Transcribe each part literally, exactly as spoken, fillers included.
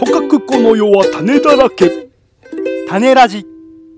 とかくこの世は種だらけ。種ラジ。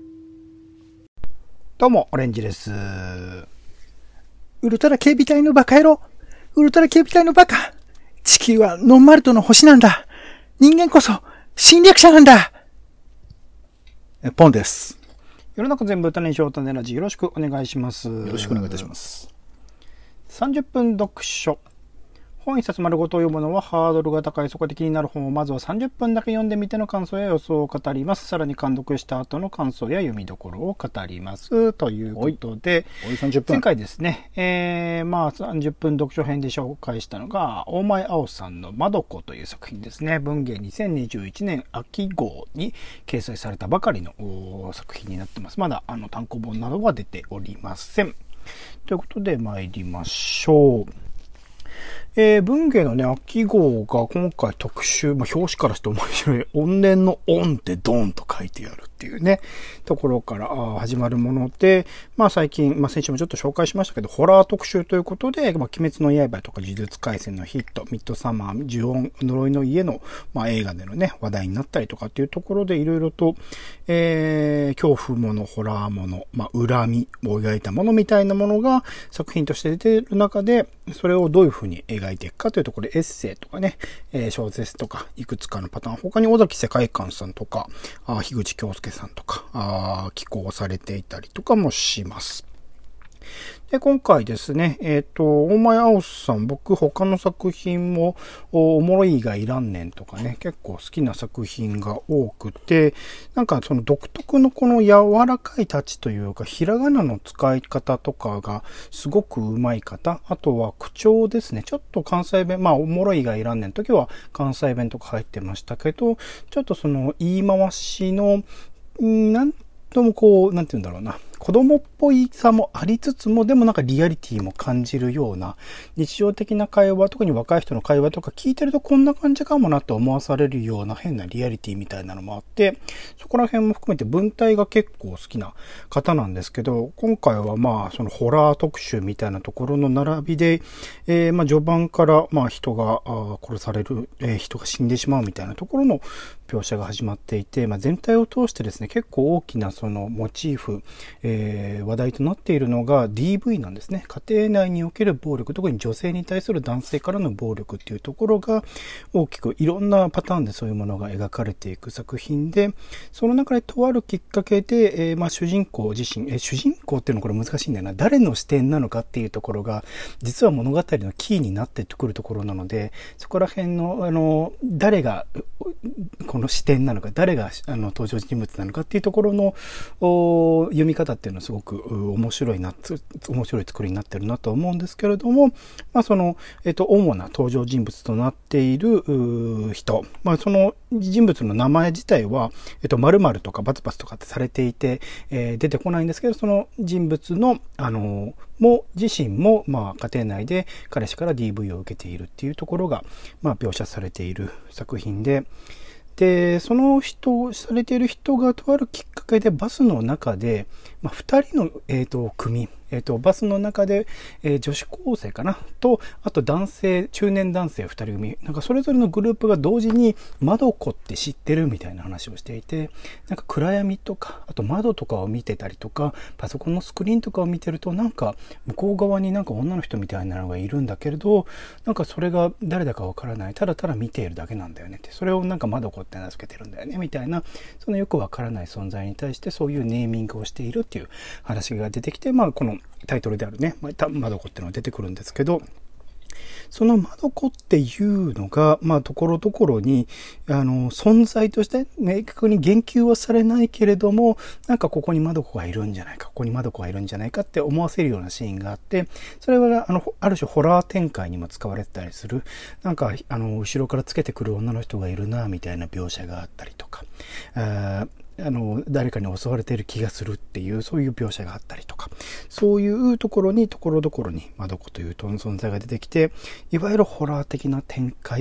どうもオレンジです。ウルトラ警備隊のバカ野郎、ウルトラ警備隊のバカ。地球はノンマルトの星なんだ。人間こそ侵略者なんだ。ポンです。世の中全部種にしよう種ラジ、よろしくお願いします。 よろしくお願いいたします。 さんじゅっぷん読書。本一冊丸ごと読むのはハードルが高い。そこで気になる本をまずはさんじゅっぷんだけ読んでみての感想や予想を語ります。さらに監読した後の感想や読みどころを語ります。ということで、 おいさんじゅっぷん前回ですね、えー、まあさんじゅっぷん読書編で紹介したのが、大前青さんのまどこという作品ですね。文芸にせんにじゅういちねん秋号に掲載されたばかりの作品になってます。まだあの単行本などは出ておりません。ということで参りましょう。えー、文芸のね、秋号が今回特集、まあ、表紙からして面白い、怨念の怨ってドンと書いてあるっていうね、ところから始まるもので、まあ最近、まあ先週もちょっと紹介しましたけど、ホラー特集ということで、まあ鬼滅の刃とか呪術廻戦のヒット、ミッドサマー、呪怨、呪いの家の、まあ映画でのね、話題になったりとかっていうところで、いろいろと、えー、恐怖もの、ホラーもの、まあ恨みを描いたものみたいなものが作品として出ている中で、それをどういうふうに描いていくかというところでエッセイとかね、えー、小説とかいくつかのパターン、他に尾崎世界観さんとか、あ樋口京介さんとか、あ寄稿されていたりとかもします。で、今回ですね、えっと、大前青さん、僕他の作品もおもろいがいらんねんとかね、結構好きな作品が多くて、なんかその独特のこの柔らかいタッチというか、ひらがなの使い方とかがすごくうまい方、あとは口調ですね、ちょっと関西弁、まあおもろいがいらんねんの時は関西弁とか入ってましたけど、ちょっとその言い回しの、んなんともこう、なんて言うんだろうな。子供っぽいさもありつつも、でもなんかリアリティも感じるような、日常的な会話、特に若い人の会話とか聞いてるとこんな感じかもなと思わされるような変なリアリティみたいなのもあって、そこら辺も含めて文体が結構好きな方なんですけど、今回はまあ、そのホラー特集みたいなところの並びで、えー、まあ序盤からまあ人が殺される、えー、人が死んでしまうみたいなところの描写が始まっていて、まあ全体を通してですね、結構大きなそのモチーフ、えー、話題となっているのが ディーブイ なんですね。家庭内における暴力、特に女性に対する男性からの暴力っていうところが大きくいろんなパターンでそういうものが描かれていく作品で、その中でとあるきっかけで、えー、まあ主人公自身、えー、主人公っていうのはこれ難しいんだよな。誰の視点なのかっていうところが実は物語のキーになってくるところなので、そこら辺のあの誰がこの視点なのか、誰があの登場人物なのかっていうところの読み方っていうのはすごく面白いな、面白い作りになってるなと思うんですけれども、まあその、えっと、主な登場人物となっている人、まあその人物の名前自体は、えっと、〇〇とかバツバツとかってされていて、えー、出てこないんですけど、その人物の、あの、も、自身も、まあ家庭内で彼氏から ディーブイ を受けているっていうところが、まあ描写されている作品で、で、その人、されている人がとあるきっかけでバスの中で、まあ、二人の、えっと、組、えっと、バスの中で、えー、女子高生かなと、あと男性、中年男性二人組、なんかそれぞれのグループが同時に窓子って知ってるみたいな話をしていて、なんか暗闇とか、あと窓とかを見てたりとか、パソコンのスクリーンとかを見てると、なんか向こう側になんか女の人みたいなのがいるんだけれど、なんかそれが誰だかわからない、ただただ見ているだけなんだよねって、それをなんか窓子って名付けてるんだよねみたいな、そのよくわからない存在に対してそういうネーミングをしているっていう話が出てきて、まあこのタイトルであるね、窓子っていうのが出てくるんですけど、その窓子っていうのが、まあ、ところどころに、あの、存在として明確に言及はされないけれども、なんかここに窓子がいるんじゃないか、ここに窓子がいるんじゃないかって思わせるようなシーンがあって、それは、あの、ある種ホラー展開にも使われてたりする、なんか、あの、後ろからつけてくる女の人がいるな、みたいな描写があったりとか、ああの、誰かに襲われている気がするっていう、そういう描写があったりとか、そういうところに、ところどころに窓子という存在が出てきて、いわゆるホラー的な展開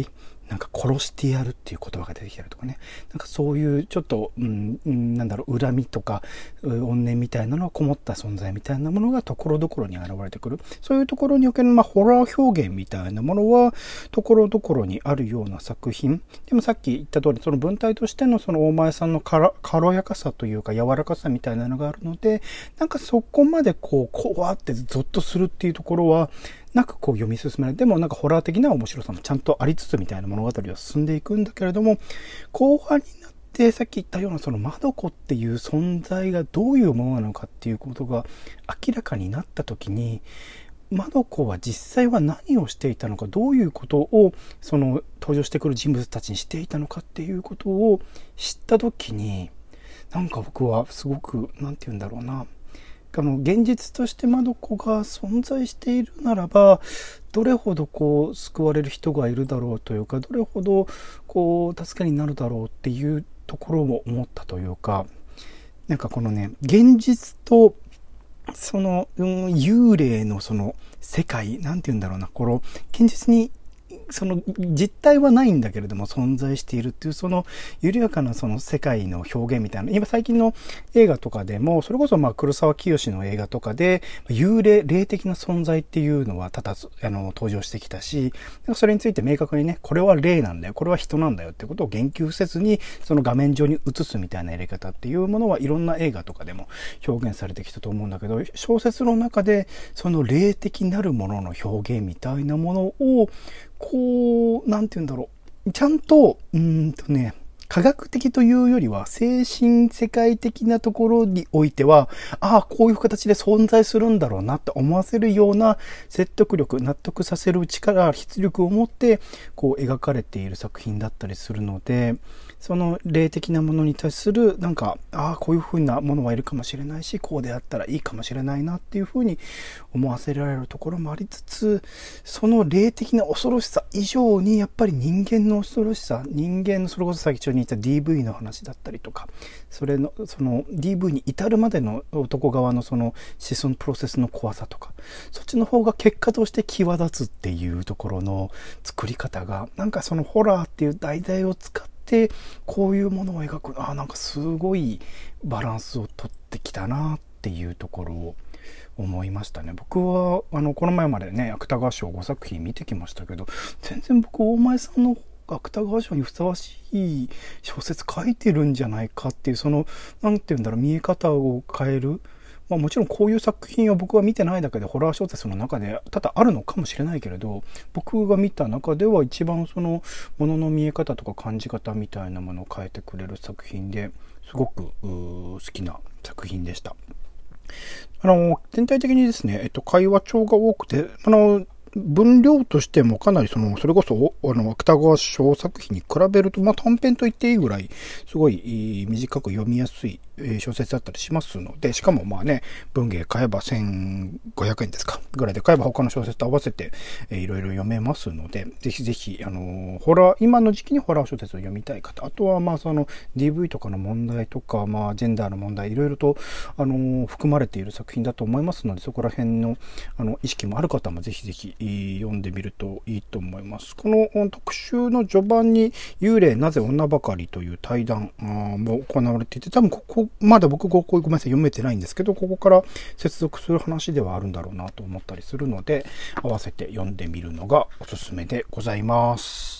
なんか殺してやるっていう言葉が出てきたりとかね。なんかそういうちょっと、うん、うん、なんだろう、恨みとか、怨念みたいなのがこもった存在みたいなものがところどころに現れてくる。そういうところにおける、まあ、ホラー表現みたいなものは、ところどころにあるような作品。でもさっき言った通り、その文体としてのその大前さんのから軽やかさというか柔らかさみたいなのがあるので、なんかそこまでこう、こうあってゾッとするっていうところは、なくこう読み進めない。でもなんかホラー的な面白さもちゃんとありつつみたいな物語は進んでいくんだけれども、後半になってさっき言ったようなそのまどこっていう存在がどういうものなのかっていうことが明らかになった時に、まどこは実際は何をしていたのか、どういうことをその登場してくる人物たちにしていたのかっていうことを知った時に、なんか僕はすごく、なんて言うんだろうな、あの現実としてまどこが存在しているならば、どれほどこう救われる人がいるだろうというか、どれほどこう助けになるだろうっていうところも思ったというか、なんかこのね、現実とその、うん、幽霊のその世界、なんて言うんだろうな、この現実にその実体はないんだけれども存在しているっていうその緩やかなその世界の表現みたいな、今最近の映画とかでもそれこそまあ黒沢清の映画とかで幽霊霊的な存在っていうのは多々あの登場してきたし、それについて明確にね、これは霊なんだよ、これは人なんだよってことを言及せずにその画面上に映すみたいなやり方っていうものはいろんな映画とかでも表現されてきたと思うんだけど、小説の中でその霊的なるものの表現みたいなものをこう、なんて言うんだろう。ちゃんと、うーんとね、科学的というよりは精神世界的なところにおいては、ああ、こういう形で存在するんだろうなって思わせるような説得力、納得させる力、出力を持って、こう描かれている作品だったりするので、その霊的なものに対する、なんか、ああ、こういう風なものはいるかもしれないし、こうであったらいいかもしれないなっていう風に思わせられるところもありつつ、その霊的な恐ろしさ以上に、やっぱり人間の恐ろしさ、人間のそれこそ最初に言った ディーブイ の話だったりとか、それの、その ディーブイ に至るまでの男側のその思想のプロセスの怖さとか、そっちの方が結果として際立つっていうところの作り方が、なんかそのホラーっていう題材を使って、でこういうものを描く、あ、なんかすごいバランスをとってきたなっていうところを思いましたね。僕はあのこの前までね芥川賞ごさく品見てきましたけど、全然僕大前さんの芥川賞にふさわしい小説書いてるんじゃないかっていう、そのなんていうんだろう、見え方を変える、まあ、もちろんこういう作品は僕は見てないだけでホラー小説の中で多々あるのかもしれないけれど、僕が見た中では一番そのものの見え方とか感じ方みたいなものを変えてくれる作品ですごく好きな作品でした。あの全体的にですね、えっと、会話帳が多くて、あの分量としてもかなりその、それこそ、あの、芥川賞作品に比べると、まあ、短編と言っていいぐらい、すごい短く読みやすい小説だったりしますので、しかもまあね、文芸買えばせんごひゃくえんですか、ぐらいで買えば他の小説と合わせて、えー、いろいろ読めますので、ぜひぜひ、あの、ホラー、今の時期にホラー小説を読みたい方、あとはまあその ディーブイ とかの問題とか、まあジェンダーの問題、いろいろと、あの、含まれている作品だと思いますので、そこら辺の、あの、意識もある方もぜひぜひ、読んでみるといいと思います。この特集の序盤に幽霊なぜ女ばかりという対談も行われていて、多分ここまだ僕ごめんなさい読めてないんですけど、ここから接続する話ではあるんだろうなと思ったりするので、合わせて読んでみるのがおすすめでございます。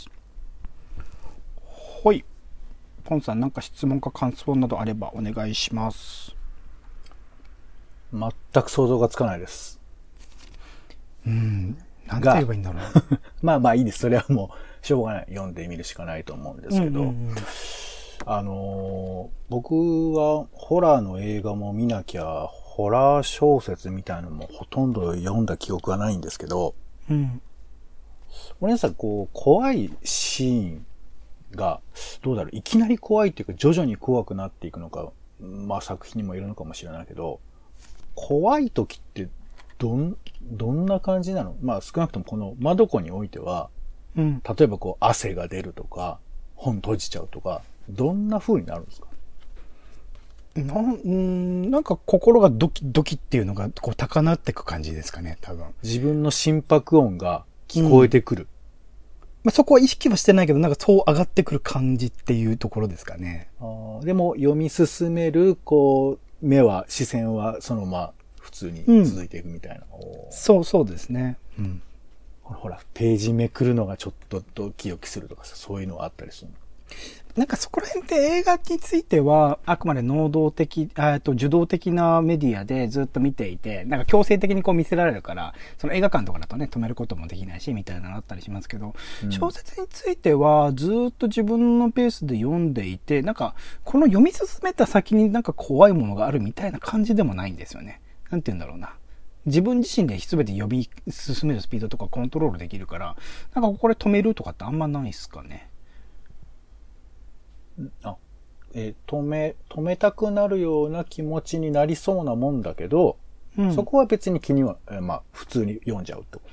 はい。ポンさん、なんか質問か感想などあればお願いします。 全く想像がつかないです。 うん。なんて言えばいいんだろう。 まあまあいいです。それはもうしょうがない。読んでみるしかないと思うんですけど、うんうんうん、あのー、僕はホラーの映画も見なきゃホラー小説みたいなのもほとんど読んだ記憶はないんですけど、うん、お姉さんこう怖いシーンがどうだろう、いきなり怖いっていうか徐々に怖くなっていくのか、まあ作品にもいるのかもしれないけど、怖い時ってどん、どんな感じなの？まあ少なくともこのまどこにおいては、うん、例えばこう汗が出るとか、本閉じちゃうとか、どんな風になるんですか？ な, んなんか心がドキドキっていうのがこう高鳴っていく感じですかね、多分。 自分の心拍音が聞こえてくる。 まあ、そこは意識はしてないけど、なんかそう上がってくる感じっていうところですかね。 あでも読み進める、こう、目は、視線はそのまま普通に続いていくみたいな。うん、 そうそうですね。うん。 ほら、ページめくるのがちょっとドキドキするとかさ、そういうのがあったりするの。 なんかそこら辺って映画については、あくまで能動的、えっと、受動的なメディアでずっと見ていて、なんか強制的にこう見せられるから、その映画館とかだとね、止めることもできないし、みたいなのあったりしますけど、うん、小説についてはずっと自分のペースで読んでいて、なんか、この読み進めた先になんか怖いものがあるみたいな感じでもないんですよね。なんて言うんだろうな。自分自身で全て読み進めるスピードとかコントロールできるから、なんかこれ止めるとかってあんまないっすかね。 あ、えー、止め、止めたくなるような気持ちになりそうなもんだけど、うん、そこは別に気には、えー、まあ、普通に読んじゃうってこと。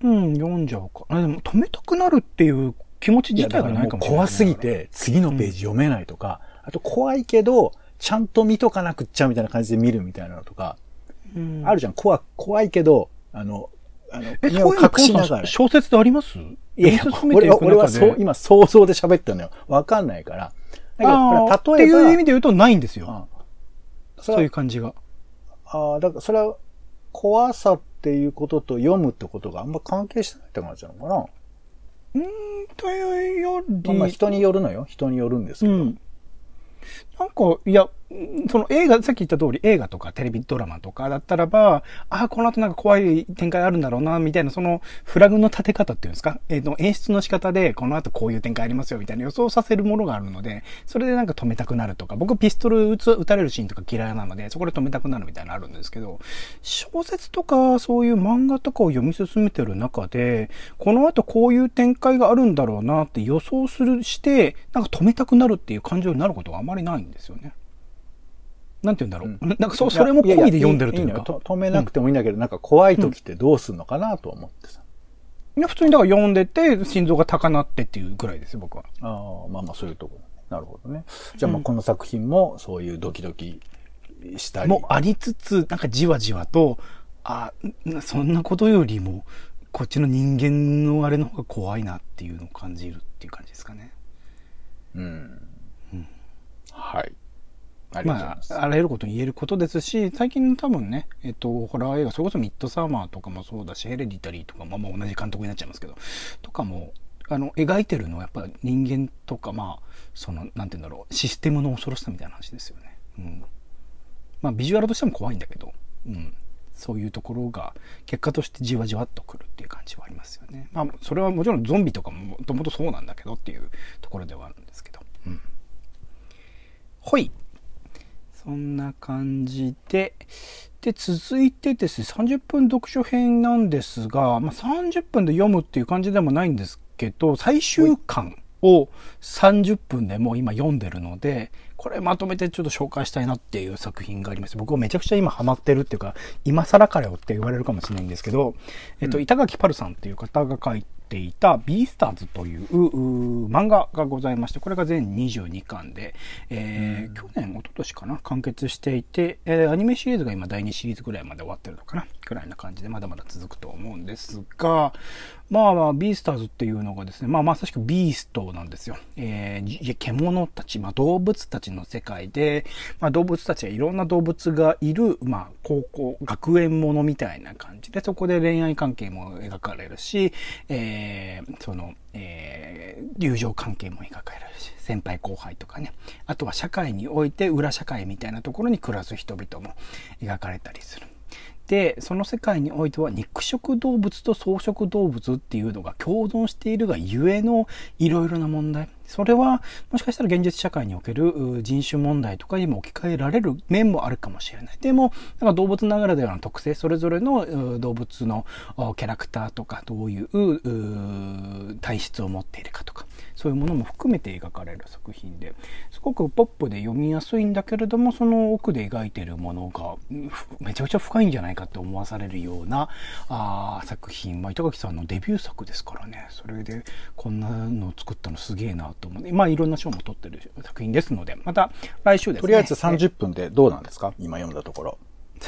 うん、読んじゃうか。あ、でも止めたくなるっていう気持ち自体がないかもしれない。 怖すぎて、次のページ読めないとか、うん、あと怖いけど、ちゃんと見とかなくっちゃみたいな感じで見るみたいなのとか、うん、あるじゃん。怖、怖いけど、あの、あの、 え、そういうの隠しながら。小説であります？ いや、俺は、俺はそう、今想像で喋ってるのよ。わかんないから。だけど、例えば。 っていう意味で言うとないんですよ。ああそういう感じが。 ああ、だからそれは怖さっていうことと読むってことがあんま関係してないって感じなのかな。 うーん、というより。 まあ人によるのよ。人によるんですけど。うん、 なんか、いや、その映画、さっき言った通り映画とかテレビドラマとかだったらば、ああ、この後なんか怖い展開あるんだろうな、みたいな、そのフラグの立て方っていうんですか、えっと、演出の仕方で、この後こういう展開ありますよ、みたいな予想させるものがあるので、それでなんか止めたくなるとか、僕ピストル撃つ、撃たれるシーンとか嫌いなので、そこで止めたくなるみたいなのあるんですけど、小説とかそういう漫画とかを読み進めてる中で、この後こういう展開があるんだろうなって予想するして、なんか止めたくなるっていう感情になることがあまりないんですよね。なんて言うんだろう。うん、なんかそ、それも込みで読んでるというか。いやいやいいいい止めなくてもいいんだけど、うん、なんか怖い時ってどうするのかなと思ってさ。いや、普通にだから読んでて、心臓が高鳴ってっていうぐらいですよ、僕は。 ああ、まあまあそういうところ。なるほどね。じゃあまあこの作品もそういうドキドキしたり。 もありつつ、なんかじわじわと、あ、そんなことよりも、こっちの人間のあれの方が怖いなっていうのを感じるっていう感じですかね。 うん。うん、はい。 あまあ、あらゆることに言えることですし、最近の多分ね、えっと、ホラー映画、それこそミッドサーマーとかもそうだし、ヘレディタリーとかも、まあ同じ監督になっちゃいますけど、とかも、あの、描いてるのはやっぱ人間とか、まあ、その、なんて言うんだろう、システムの恐ろしさみたいな話ですよね。うん。まあ、ビジュアルとしても怖いんだけど、うん。そういうところが、結果としてじわじわっとくるっていう感じはありますよね。まあ、それはもちろんゾンビとかももともとそうなんだけどっていうところではあるんですけど。うん。ほい。そんな感じで、で、続いてですね、さんじゅっぷん読書編なんですが、まあ、さんじゅっぷんで読むっていう感じでもないんですけど、最終巻をさんじゅっぷんでもう今読んでるので、これまとめてちょっと紹介したいなっていう作品があります。僕はめちゃくちゃ今ハマってるっていうか、今更かよって言われるかもしれないんですけど、えっと、板垣パルさんっていう方が書いていたビースターズという漫画がございまして、これが全にじゅうにかんで、えー、去年、一昨年かな、完結していて、えー、アニメシリーズが今だいにシリーズぐらいまで終わってるのかな、くらいな感じでまだまだ続くと思うんですが、まあまあ、ビースターズっていうのがですね、まあまさしくビーストなんですよ。えー、獣たち、まあ動物たちの世界で、まあ動物たちがいろんな動物がいる、まあ高校、学園ものみたいな感じで、そこで恋愛関係も描かれるし、えー、その、えー、友情関係も描かれるし、先輩後輩とかね、あとは社会において裏社会みたいなところに暮らす人々も描かれたりする。で、その世界においては肉食動物と草食動物っていうのが共存しているがゆえのいろいろな問題。それはもしかしたら現実社会における人種問題とかにも置き換えられる面もあるかもしれない。でも、なんか動物ながらではの特性、それぞれの動物のキャラクターとか、どういう体質を持っているかとか、そういうものも含めて描かれる作品で、すごくポップで読みやすいんだけれども、その奥で描いているものがめちゃくちゃ深いんじゃないかって思わされるようなあ作品。まあ、板垣さんのデビュー作ですからね。それでこんなのを作ったのすげえなと思う。まあいろんな賞も取ってる作品ですので、また来週ですね。 とりあえずさんじゅっぷんでどうなんですか？今読んだところ。 さんじゅっ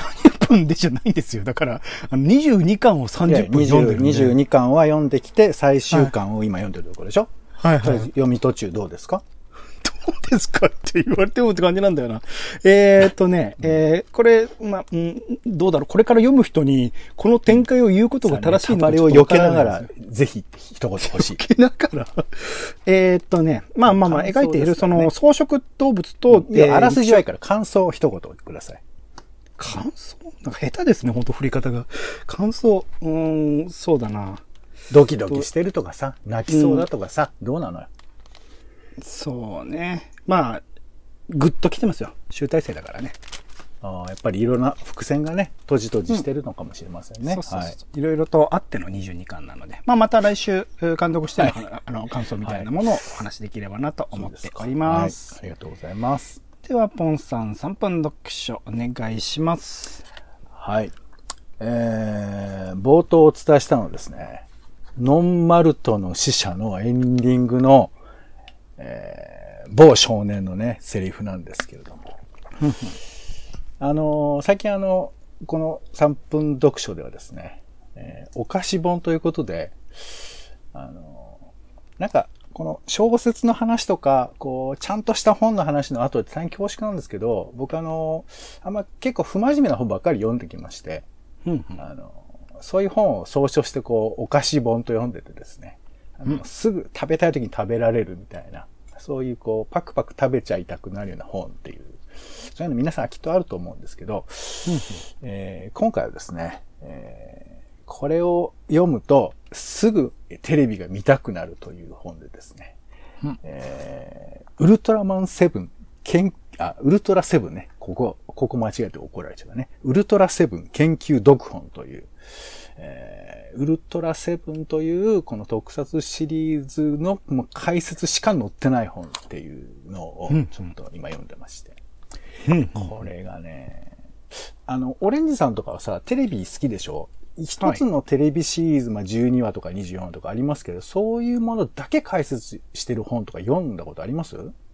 ぷんでじゃないんですよ。だから、あのにじゅうにかんをさんじゅっぷん読んでるんで。 にじゅうにかんは読んできて、最終巻を今読んでるところでしょ？ はいはい。 読み途中どうですか？ どうですかって言われてもって感じなんだよな。えーっとね、えー、これ、まあ、うん、どうだろう。これから読む人に、この展開を言うことが正しいのか、 ね、たまりを避けながら、ぜひ一言欲しい。 避けながら。えーっとね、まあまあまあ、描いているその装飾動物と、 いや、あらすじはいいから感想を一言ください。 感想なんか下手ですね、ほんと振り方が。感想、うーん、そうだな。 ドキドキしてるとかさ、泣きそうだとかさ、うん、どうなのよ。 そうね。まあ、ぐっと来てますよ。集大成だからね。 ああ、やっぱりいろんな伏線がね、閉じ閉じしてるのかもしれませんね。 そうそうそう。はい。いろいろとあってのにじゅうにかんなので、まあまた来週、監督しての、はい、あの感想みたいなものをお話しできればなと思っております。 はい、ありがとうございます。 では、ポンさんさんぷん読書お願いします。 はい。えー、冒頭お伝えしたのはですね、ノンマルトの死者のエンディングの、えー、某少年のね、セリフなんですけれども。あのー、最近あの、このさんぷん読書ではですね、えー、お菓子本ということで、あのー、なんか、この小説の話とか、こう、ちゃんとした本の話の後で大変恐縮なんですけど、僕あのー、あんま結構不真面目な本ばっかり読んできまして、 うんうん、 あのそういう本を総称してこう、お菓子本と読んでてですね、あの、うん、すぐ食べたい時に食べられるみたいな、そういうこう、パクパク食べちゃいたくなるような本っていう、そういうの皆さんきっとあると思うんですけど、うんうんえー、今回はですね、えー、これを読むとすぐテレビが見たくなるという本でですね、うんえー、ウルトラマンセブン、研あ、ウルトラセブンね。ここ、ここ間違えて怒られちゃうね。ウルトラセブン研究読本という、えー、ウルトラセブンというこの特撮シリーズの解説しか載ってない本っていうのをちょっと今読んでまして。うん、これがね、あの、オレンジさんとかはさ、テレビ好きでしょ？一つのテレビシリーズ、まあ、じゅうにわとかにじゅうよんわとかありますけど、そういうものだけ解説してる本とか読んだことあります？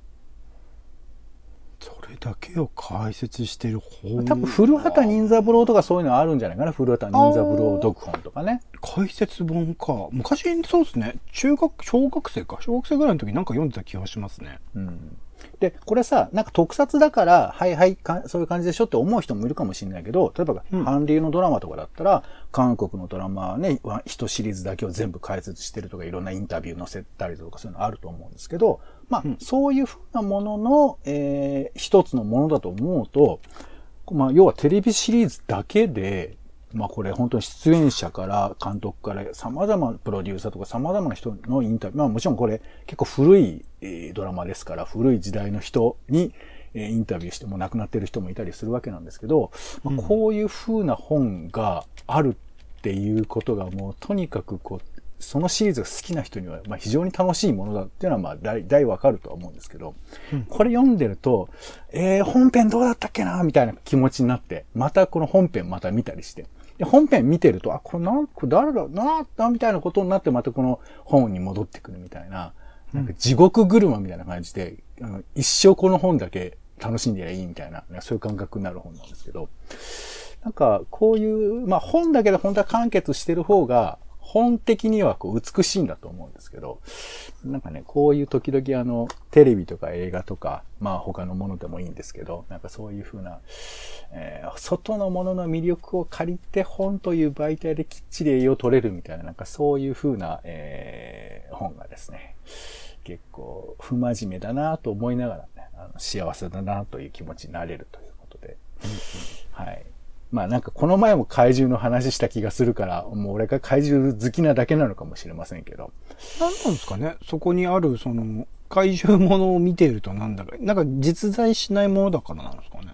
それだけを解説してる本。 多分、古畑任三郎とかそういうのあるんじゃないかな。古畑任三郎読本とかね。 解説本か。昔、そうですね。中学、小学生か。小学生ぐらいの時なんか読んでた気がしますね。 うん。で、これさ、なんか特撮だから、はいはいか、そういう感じでしょって思う人もいるかもしれないけど、例えば、うん、韓流のドラマとかだったら、韓国のドラマはね、一シリーズだけを全部解説してるとか、いろんなインタビュー載せたりとかそういうのあると思うんですけど、まあ、うん、そういうふうなものの、えー、一つのものだと思うと、まあ、要はテレビシリーズだけで、まあこれ本当に出演者から監督から様々なプロデューサーとか様々な人のインタビュー、まあもちろんこれ結構古いドラマですから古い時代の人にインタビューしても亡くなってる人もいたりするわけなんですけど、まあ、こういう風な本があるっていうことがもうとにかくこう、そのシリーズが好きな人にはまあ非常に楽しいものだっていうのはまあ大、大わかるとは思うんですけど、うん、これ読んでると、えー、本編どうだったっけなみたいな気持ちになって、またこの本編また見たりして、で本編見てると、あ、これなんか誰だなあみたいなことになってまたこの本に戻ってくるみたいな、なんか地獄車みたいな感じで、あの一生この本だけ楽しんでりゃいいみたいな、そういう感覚になる本なんですけど、なんかこういう、まあ本だけで本当は完結してる方が、本的にはこう美しいんだと思うんですけど、なんかね、こういう時々あの、テレビとか映画とか、まあ他のものでもいいんですけど、なんかそういう風な、えー、外のものの魅力を借りて本という媒体できっちり栄養を取れるみたいな、なんかそういう風な、えー、本がですね、結構不真面目だなと思いながらね、あの幸せだなという気持ちになれるということで、はい。まあなんかこの前も怪獣の話した気がするから、もう俺が怪獣好きなだけなのかもしれませんけど。 なんなんですかね、そこにあるその怪獣ものを見ているとなんだか、なんか実在しないものだからなんですかね。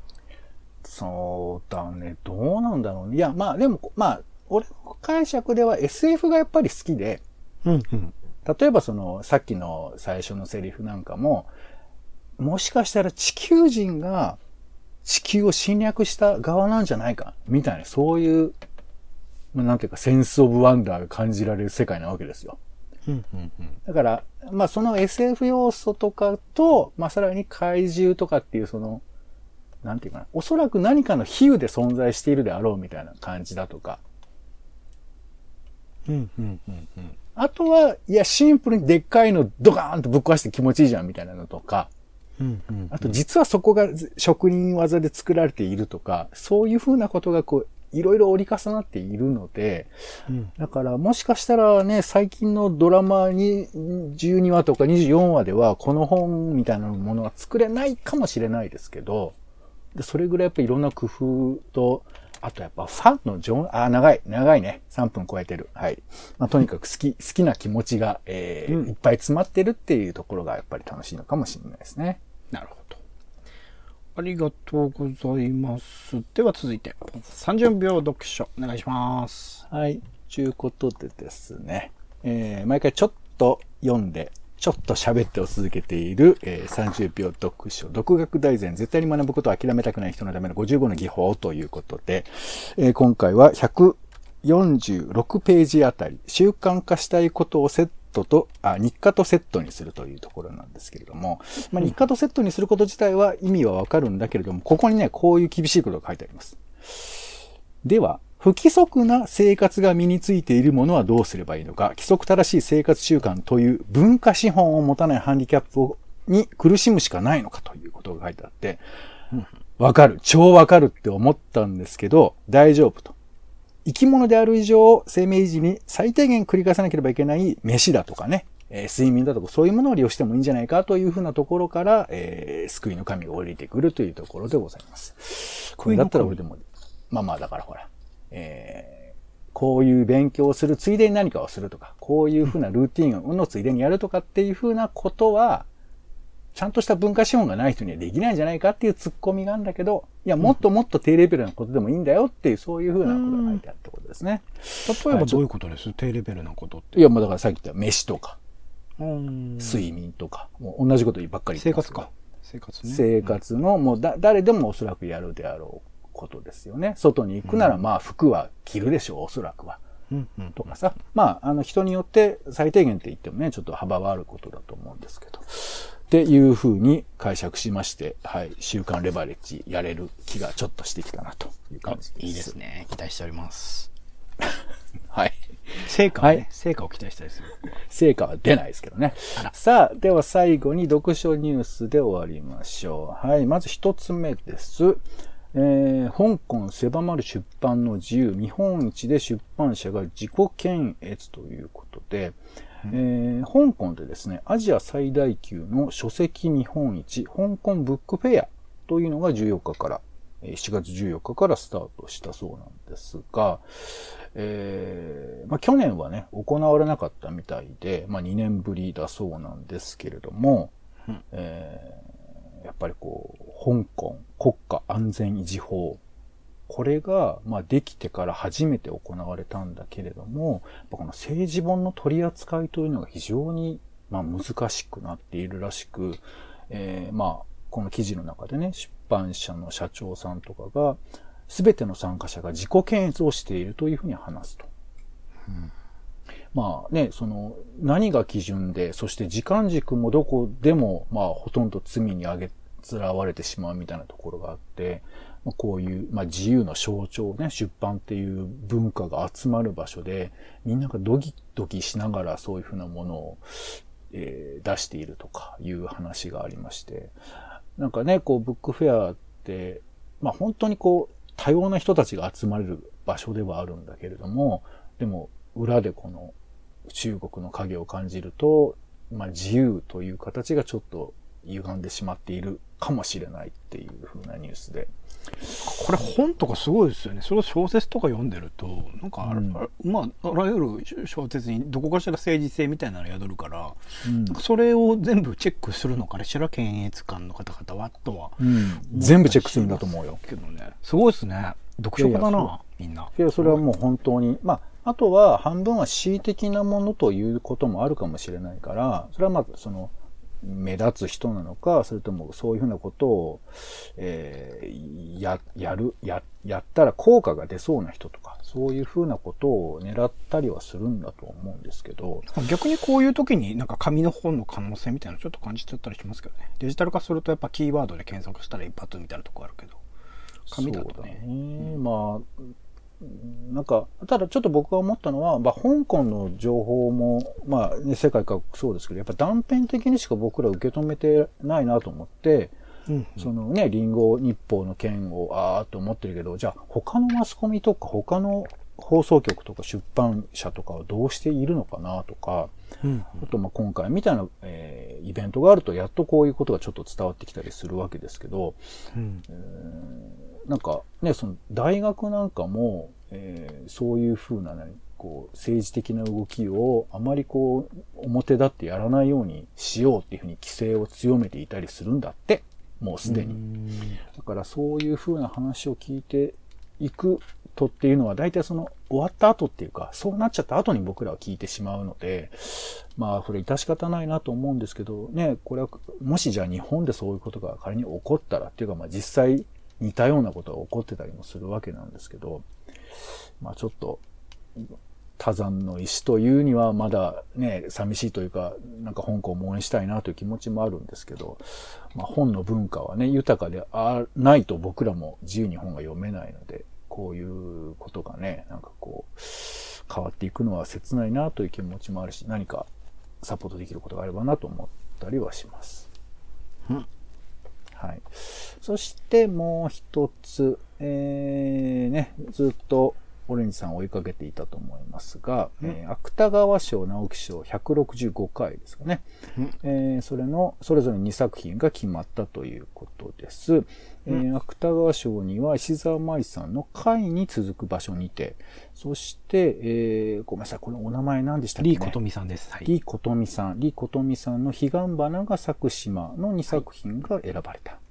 そうだね、どうなんだろうね。いやまあでも、まあ俺の解釈では エスエフ がやっぱり好きで、 うんうん、 例えばそのさっきの最初のセリフなんかも、もしかしたら地球人が地球を侵略した側なんじゃないかみたいな、そういう、なんていうか、センスオブワンダーが感じられる世界なわけですよ。 うんうんうん、 だから、まあその エスエフ 要素とかと、まあさらに怪獣とかっていうその、 なんていうかな、おそらく何かの比喩で存在しているであろうみたいな感じだとか。 うんうんうんうん。 あとは、いや、シンプルにでっかいのドカーンとぶっ壊して気持ちいいじゃんみたいなのとか。 うんうんうん、 あと、実はそこが職人技で作られているとか、そういうふうなことがこう、いろいろ折り重なっているので、うん、だからもしかしたらね、最近のドラマにじゅうにわとかにじゅうよんわではこの本みたいなものは作れないかもしれないですけど、でそれぐらいやっぱりいろんな工夫と、あとやっぱファンの情、あ、長い、長いね。さんぷん超えてる。はい。まあ、とにかく好き、好きな気持ちが、えーうん、いっぱい詰まってるっていうところがやっぱり楽しいのかもしれないですね。 なるほど。ありがとうございます。では続いて、さんじゅうびょう読書、お願いします。 はい。ということでですね、えー、毎回ちょっと読んで、ちょっと喋ってを続けている、えー、さんじゅうびょう読書、独学大全、絶対に学ぶことを諦めたくない人のためのごじゅうごの技法ということで、えー、今回はひゃくよんじゅうろくページあたり、習慣化したいことをセットと、あ、日課とセットにするというところなんですけれども、まあ、日課とセットにすること自体は意味はわかるんだけれども、ここにね、こういう厳しいことが書いてあります。では、不規則な生活が身についているものはどうすればいいのか、規則正しい生活習慣という文化資本を持たないハンディキャップに苦しむしかないのかということが書いてあって、わかる、超わかるって思ったんですけど、大丈夫と。生き物である以上、生命維持に最低限繰り返さなければいけない飯だとかね、えー、睡眠だとかそういうものを利用してもいいんじゃないかというふうなところから、えー、救いの神が降りてくるというところでございます。これだったら俺でも、まあまあだからほら、えー、こういう勉強をするついでに何かをするとか、こういうふうなルーティンのついでにやるとかっていうふうなことは、ちゃんとした文化資本がない人にはできないんじゃないかっていうツッコミがあるんだけど、いや、もっともっと低レベルなことでもいいんだよっていう、そういうふうなことが書いてあるってことですね。 例えばどういうことです？低レベルなことって。 いや、もうだからさっき言った飯とか、睡眠とか、もう同じことばっかり言ってます。 生活か。生活ね。 生活の、もうだ、誰でもおそらくやるであろうことですよね。外に行くなら、まあ服は着るでしょう、おそらくは。うんうん、とかさ。まあ、あの人によって最低限って言ってもね、ちょっと幅はあることだと思うんですけど。っていう風に解釈しまして、はい、週刊レバレッジやれる気がちょっとしてきたなという感じです。 いいですね。期待しております。 はい。 成果をね、はい、成果を期待したいですよ。 成果は出ないですけどね。さあ、では最後に読書ニュースで終わりましょう。はい、まず一つ目です。えー、香港狭まる出版の自由、見本市で出版社が自己検閲ということで、えー、香港でですね、アジア最大級の書籍見本市、香港ブックフェアというのがじゅうよっかから、しがつじゅうよっかからスタートしたそうなんですが、えーまあ、去年はね、行われなかったみたいで、まあ、にねんぶりだそうなんですけれども、うんえー、やっぱりこう、香港国家安全維持法、これが、まあ、できてから初めて行われたんだけれども、この政治本の取り扱いというのが非常に、まあ、難しくなっているらしく、えー、まあ、この記事の中でね、出版社の社長さんとかが、すべての参加者が自己検閲をしているというふうに話すと。うん、まあね、その、何が基準で、そして時間軸もどこでも、まあ、ほとんど罪にあげつらわれてしまうみたいなところがあって、こういう、まあ、自由の象徴ね、出版っていう文化が集まる場所で、みんながドキドキしながらそういうふうなものを、えー、出しているとかいう話がありまして、なんかね、こう、ブックフェアって、まあ、本当にこう、多様な人たちが集まれる場所ではあるんだけれども、でも、裏でこの中国の影を感じると、まあ、自由という形がちょっと歪んでしまっているかもしれないっていう風なニュースで。 これ本とかすごいですよね。それを小説とか読んでると、なんかある、うん、まあ、あらゆる小説にどこかしら政治性みたいなの宿るから、うん、それを全部チェックするのかしら、検閲官の方々は、とは、 うん。全部チェックするんだと思うよ。 けどね。すごいですね。読書家だな、みんな。 いや、それはもう本当に、まあ、あとは半分は恣意的なものということもあるかもしれないから、それはまあ、その、 目立つ人なのか、それともそういうふうなことを、えー、や、やる、や、やったら効果が出そうな人とか、そういうふうなことを狙ったりはするんだと思うんですけど。 逆にこういう時になんか紙の本の可能性みたいなのちょっと感じちゃったりしますけどね。デジタル化するとやっぱキーワードで検索したら一発みたいなとこあるけど。紙だとね。 そうだね。まあ、なんか、ただちょっと僕が思ったのは、まあ、香港の情報も、まあ、ね、世界各国そうですけど、やっぱ断片的にしか僕ら受け止めてないなと思って、うんうん、そのね、リンゴ日報の件をあーっと思ってるけど、じゃあ他のマスコミとか他の放送局とか出版社とかはどうしているのかなとか、うんうん、あとまあ今回みたいな、えー、イベントがあるとやっとこういうことがちょっと伝わってきたりするわけですけど、うんえー、なんかね、その大学なんかも、えー、そういうふうな、ね、こう政治的な動きをあまりこう表立ってやらないようにしようっていうふうに規制を強めていたりするんだって。もうすでに。だからそういう風な話を聞いていくとっていうのは大体その終わった後っていうか、そうなっちゃった後に僕らは聞いてしまうので、まあこれ致し方ないなと思うんですけどね、これはもしじゃあ日本でそういうことが仮に起こったらっていうか、まあ実際似たようなことが起こってたりもするわけなんですけど、まあちょっと、多山の石というにはまだね、寂しいというか、なんか香港を応援したいなという気持ちもあるんですけど、まあ本の文化はね、豊かでないと僕らも自由に本が読めないので、こういうことがね、なんかこう、変わっていくのは切ないなという気持ちもあるし、何かサポートできることがあればなと思ったりはします。うん、はい。そしてもう一つ、えー、ね、ずっと、オレンジさんを追いかけていたと思いますが、うんえー、芥川賞、直木賞ひゃくろくじゅうごかいですかね、うんえー。それの、それぞれにさく品が決まったということです。うんえー、芥川賞には石澤舞さんの貝に続く場所にて、そして、えー、ごめんなさい、これお名前何でしたっけね。 リー・コトミさんです。 はい、リー・コトミさん、リー・コトミさんの彼岸花が咲く島のにさく品が選ばれた。はい、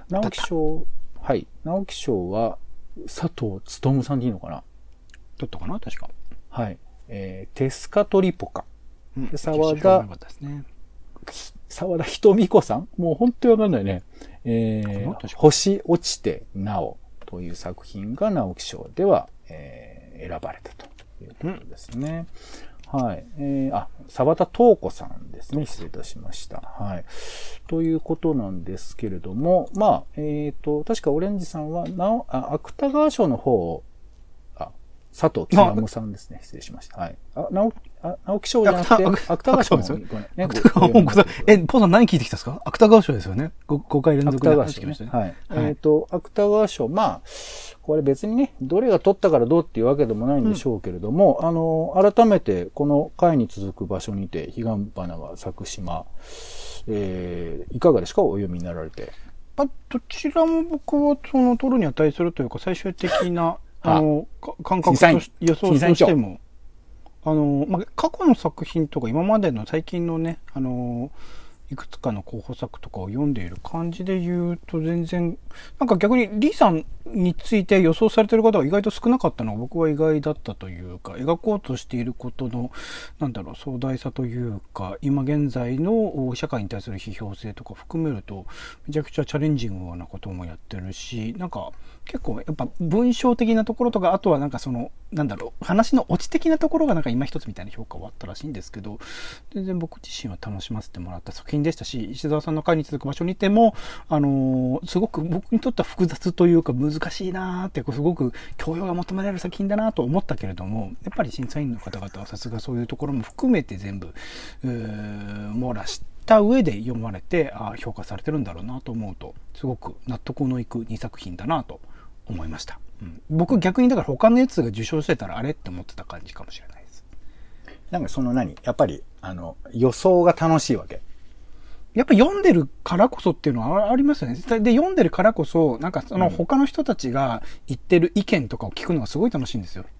直木賞、はい、直木賞は佐藤勉さんでいいのかな。 だったかな確か。 はい。えー、テスカトリポカ。 うん、 沢田、 ね、 沢田ひとみこさんもう本当にわかんないね。えー、星落ちてなおという作品が直木賞では、えー、選ばれたということですね。うん、はい。えー、あ、沢田東子さんですね。失礼いたしました。はい。ということなんですけれども、まあ、えっと、確かオレンジさんは、なお、あ、芥川賞の方を、佐藤清さんですね。失礼しました。はい。あ、直木、あ、直木賞じゃなくて、芥川賞ですよ。 芥川本さん。え、ポンさん何聞いてきたんですか？芥川賞ですよね。ご、ごかい連続で話してきましたね。 はい。えっと、芥川賞、まあ、これ別にね、どれが取ったからどうっていうわけでもないんでしょうけれども、あの、改めて、この貝に続く場所にて、彼岸花が咲く島、えー、いかがですか？お読みになられて。 まあ、どちらも僕は、その、取るに値するというか、最終的な、あの、感覚とし、予想としても、あの、まあ、過去の作品とか今までの最近のね、あの、いくつかの候補作とかを読んでいる感じで言うと全然、なんか逆にリーさんについて予想されている方が意外と少なかったのが僕は意外だったというか、描こうとしていることの、なんだろう、壮大さというか、今現在の社会に対する批評性とか含めると、めちゃくちゃチャレンジングなこともやってるし、なんか結構やっぱ文章的なところとか、あとはなんかその、なんだろう、話のオチ的なところがなんか今一つみたいな評価はあったらしいんですけど、全然僕自身は楽しませてもらった作品でしたし、石澤さんの回に続く場所にいても、あのー、すごく僕にとっては複雑というか難しいなーって、すごく教養が求められる作品だなと思ったけれども、やっぱり審査員の方々はさすがそういうところも含めて全部、うー網羅した上で読まれて、あ評価されてるんだろうなと思うと、すごく納得のいくにさく品だなと思いました。うん、僕逆にだから他のやつが受賞してたらあれって思ってた感じかもしれないです。 なんかその何やっぱり、あの、予想が楽しいわけ。 やっぱ読んでるからこそっていうのはありますよね。で、読んでるからこそ、なんかその他の人たちが言ってる意見とかを聞くのがすごい楽しいんですよ。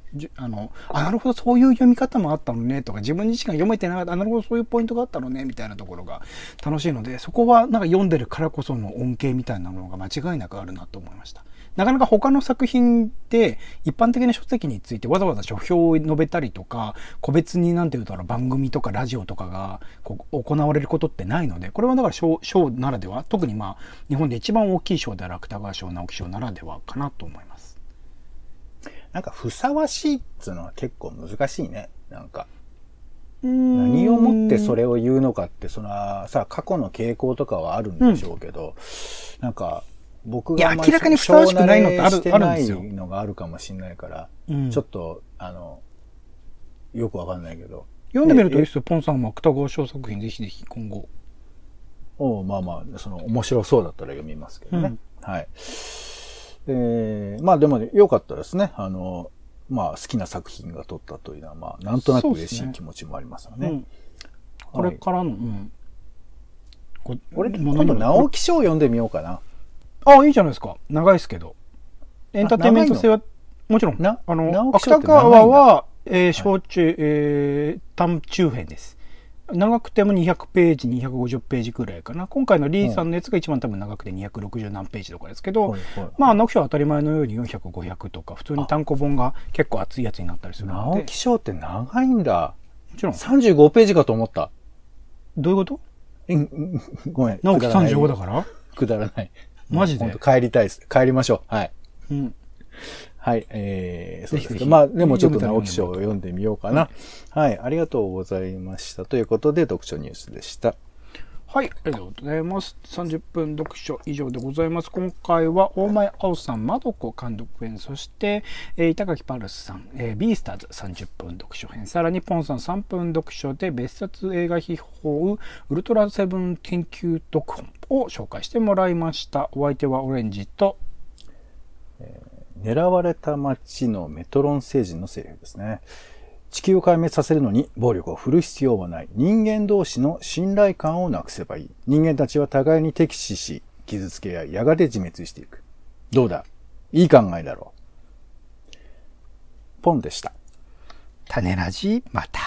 じあの、あ、なるほど、そういう読み方もあったのね、とか、自分自身が読めてなかった、あ、なるほど、そういうポイントがあったのね、みたいなところが楽しいので、そこはなんか読んでるからこその恩恵みたいなものが間違いなくあるなと思いました。なかなか他の作品で一般的な書籍についてわざわざ書評を述べたりとか、個別になんて言うたら番組とかラジオとかがこう行われることってないので、これはだから賞、賞ならでは、特にまあ日本で一番大きい賞である芥川賞、直木賞ならではかなと思います。 なんかふさわしいっていうのは結構難しいね。なんか。何をもってそれを言うのかって、そのさ、過去の傾向とかはあるんでしょうけど、うん、なんか、僕がいや明らかにふさわしくないのってある、 あるんですよ。のがあるかもしれないから、うん、ちょっと、あの、よくわかんないけど。 読んでみるといいですよ。ポンさんも芥川賞作品ぜひぜひ今後。 おまあまあ、その面白そうだったら読みますけどね。うん、はい。えー、まあでも良かったですね。あの、まあ好きな作品が撮ったというのは、まあなんとなく嬉しい気持ちもありますよね。うん、 これからの、うん。 俺、今度直木賞読んでみようかな。 ああ、いいじゃないですか。長いですけど。エンターテインメント性は、もちろん。な、あの、芥川は、えー、小中、はい、えー、短中編です。長くてもにひゃくページ、にひゃくごじゅうページくらいかな。今回のリーさんのやつが一番多分長くてにひゃくろくじゅう何ページとかですけど、はいはいはい、まあ、直木賞は当たり前のようによんひゃく、ごひゃくとか、普通に単行本が結構厚いやつになったりするので。 直木賞って長いんだ。 もちろん。 さんじゅうごページかと思った。 どういうこと？ ごめん。 直木さんじゅうごだからくだらない。 マジで帰りたいです。帰りましょう。はい。 うん。 はい、えー、そうですけど、まあ、でもちょっと直木賞を読んでみようかな。はい、ありがとうございました。ということで、読書ニュースでした。 はい、ありがとうございます。さんじゅっぷん読書以上でございます。今回は、大前青さん、まどこ監督編、そして、えー、板垣パルスさん、えー、ビースターズさんじゅっぷん読書編、さらにポンさんさんぷん読書で、別冊映画秘宝、ウルトラセブン研究読本を紹介してもらいました。お相手はオレンジと、 えー狙われた街のメトロン星人のセリフですね。地球を壊滅させるのに暴力を振る必要はない。人間同士の信頼感をなくせばいい。人間たちは互いに敵視し、傷つけ合い、やがて自滅していく。どうだ？いい考えだろう。ポンでした。 種ラジ、また。